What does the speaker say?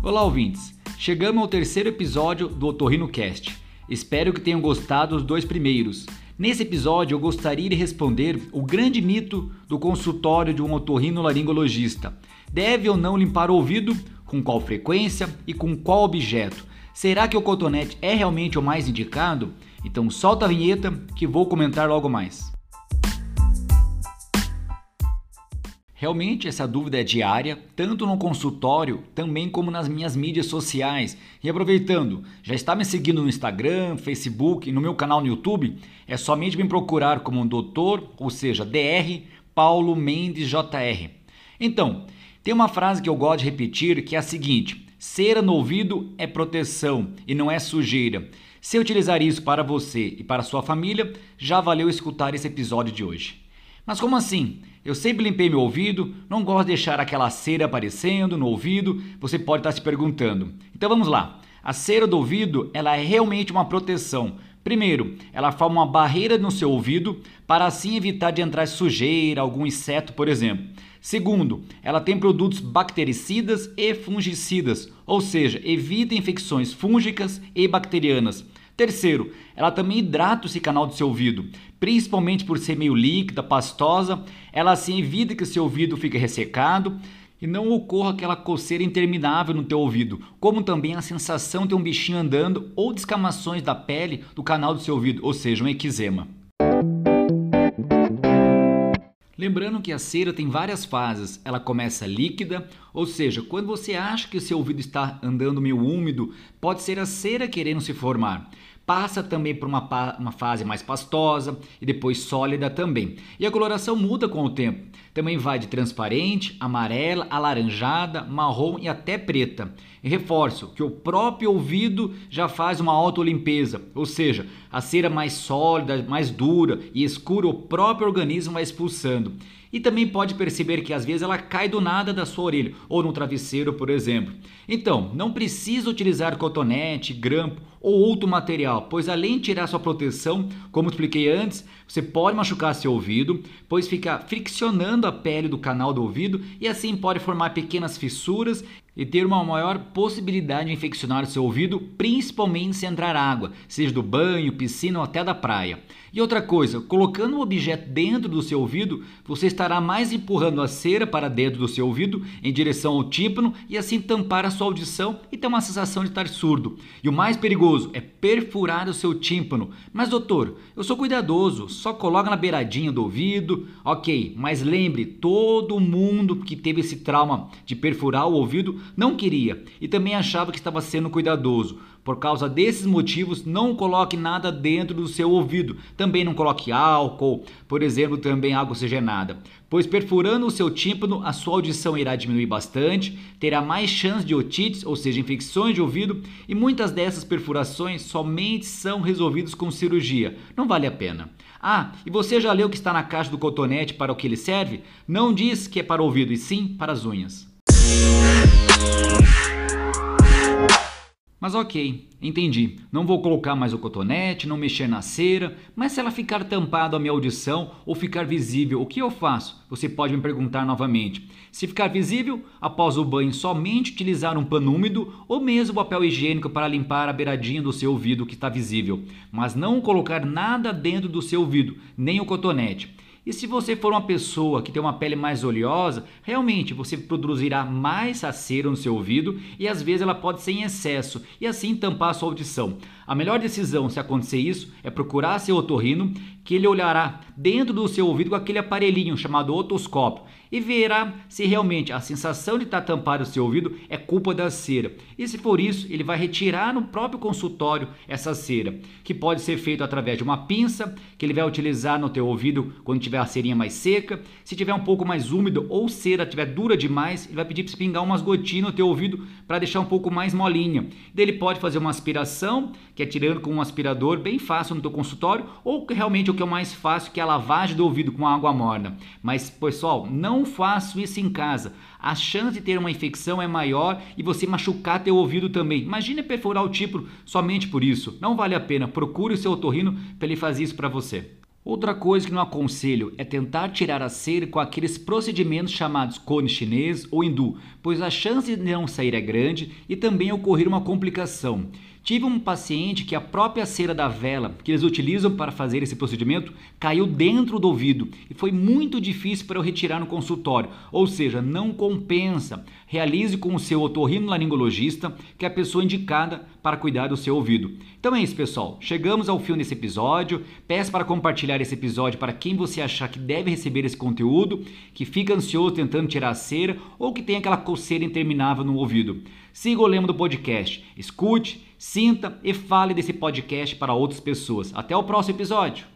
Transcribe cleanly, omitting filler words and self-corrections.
Olá, ouvintes! Chegamos ao terceiro episódio do OtorrinoCast. Espero que tenham gostado dos dois primeiros. Nesse episódio, eu gostaria de responder o grande mito do consultório de um otorrinolaringologista. Deve ou não limpar o ouvido? Com qual frequência e com qual objeto? Será que o cotonete é realmente o mais indicado? Então solta a vinheta que vou comentar logo mais. Realmente essa dúvida é diária, tanto no consultório, também como nas minhas mídias sociais. E aproveitando, já está me seguindo no Instagram, Facebook e no meu canal no YouTube? É somente me procurar como um doutor, ou seja, Dr. Paulo Mendes Jr. Então, tem uma frase que eu gosto de repetir que é a seguinte: cera no ouvido é proteção e não é sujeira. Se utilizar isso para você e para sua família, já valeu escutar esse episódio de hoje. Mas como assim? Eu sempre limpei meu ouvido, não gosto de deixar aquela cera aparecendo no ouvido, você pode estar se perguntando. Então vamos lá. A cera do ouvido, ela é realmente uma proteção. Primeiro, ela forma uma barreira no seu ouvido para assim evitar de entrar sujeira, algum inseto, por exemplo. Segundo, ela tem produtos bactericidas e fungicidas, ou seja, evita infecções fúngicas e bacterianas. Terceiro, ela também hidrata esse canal do seu ouvido, principalmente por ser meio líquida, pastosa. Ela assim evita que o seu ouvido fique ressecado e não ocorra aquela coceira interminável no teu ouvido, como também a sensação de ter um bichinho andando ou descamações da pele do canal do seu ouvido, ou seja, um eczema. Lembrando que a cera tem várias fases. Ela começa líquida, ou seja, quando você acha que o seu ouvido está andando meio úmido, pode ser a cera querendo se formar. Passa também por uma fase mais pastosa e depois sólida também. E a coloração muda com o tempo. Também vai de transparente, amarela, alaranjada, marrom e até preta. E reforço que o próprio ouvido já faz uma autolimpeza, ou seja, a cera mais sólida, mais dura e escura, o próprio organismo vai expulsando. E também pode perceber que às vezes ela cai do nada da sua orelha ou no travesseiro, por exemplo. Então, não precisa utilizar cotonete, grampo ou outro material, pois além de tirar sua proteção, como expliquei antes, você pode machucar seu ouvido, pois fica friccionando a pele do canal do ouvido e assim pode formar pequenas fissuras e ter uma maior possibilidade de infeccionar o seu ouvido, principalmente se entrar água, seja do banho, piscina ou até da praia. E outra coisa, colocando um objeto dentro do seu ouvido, você estará mais empurrando a cera para dentro do seu ouvido em direção ao tímpano e assim tampar a sua audição e ter uma sensação de estar surdo. E o mais perigoso é perfurar o seu tímpano. Mas doutor, eu sou cuidadoso, só coloca na beiradinha do ouvido. Ok, mas lembre, todo mundo que teve esse trauma de perfurar o ouvido não queria e também achava que estava sendo cuidadoso. Por causa desses motivos, não coloque nada dentro do seu ouvido. Também não coloque álcool, por exemplo, também água oxigenada. Pois perfurando o seu tímpano, a sua audição irá diminuir bastante, terá mais chance de otites, ou seja, infecções de ouvido, e muitas dessas perfurações somente são resolvidas com cirurgia. Não vale a pena. Ah, e você já leu que está na caixa do cotonete para o que ele serve? Não diz que é para o ouvido, e sim para as unhas. Mas ok, entendi. Não vou colocar mais o cotonete, não mexer na cera, mas se ela ficar tampada a minha audição ou ficar visível, o que eu faço? Você pode me perguntar novamente. Se ficar visível, após o banho, somente utilizar um pano úmido ou mesmo papel higiênico para limpar a beiradinha do seu ouvido que está visível, mas não colocar nada dentro do seu ouvido, nem o cotonete. E se você for uma pessoa que tem uma pele mais oleosa, realmente você produzirá mais a cera no seu ouvido e às vezes ela pode ser em excesso e assim tampar a sua audição. A melhor decisão se acontecer isso é procurar seu otorrino, que ele olhará dentro do seu ouvido com aquele aparelhinho chamado otoscópio e verá se realmente a sensação de estar tampado o seu ouvido é culpa da cera. E se for isso, ele vai retirar no próprio consultório essa cera, que pode ser feito através de uma pinça, que ele vai utilizar no teu ouvido quando tiver a cerinha mais seca. Se tiver um pouco mais úmido ou cera estiver dura demais, ele vai pedir para você pingar umas gotinhas no teu ouvido para deixar um pouco mais molinha. Daí ele pode fazer uma aspiração, que é tirando com um aspirador bem fácil no teu consultório, ou realmente o que é o mais fácil, que é a lavagem do ouvido com água morna. Mas pessoal, não façam isso em casa. A chance de ter uma infecção é maior e você machucar teu ouvido também. Imagina perfurar o tímpano somente por isso. Não vale a pena. Procure o seu otorrino para ele fazer isso para você. Outra coisa que não aconselho é tentar tirar a cera com aqueles procedimentos chamados cone chinês ou hindu, pois a chance de não sair é grande e também ocorrer uma complicação. Tive um paciente que a própria cera da vela que eles utilizam para fazer esse procedimento caiu dentro do ouvido e foi muito difícil para eu retirar no consultório, ou seja, não compensa. Realize com o seu otorrinolaringologista, que é a pessoa indicada para cuidar do seu ouvido. Então é isso, pessoal. Chegamos ao fim desse episódio. Peço para compartilhar esse episódio para quem você achar que deve receber esse conteúdo, que fica ansioso tentando tirar a cera ou que tem aquela coceira interminável no ouvido. Siga o lema do podcast. Escute, sinta e fale desse podcast para outras pessoas. Até o próximo episódio.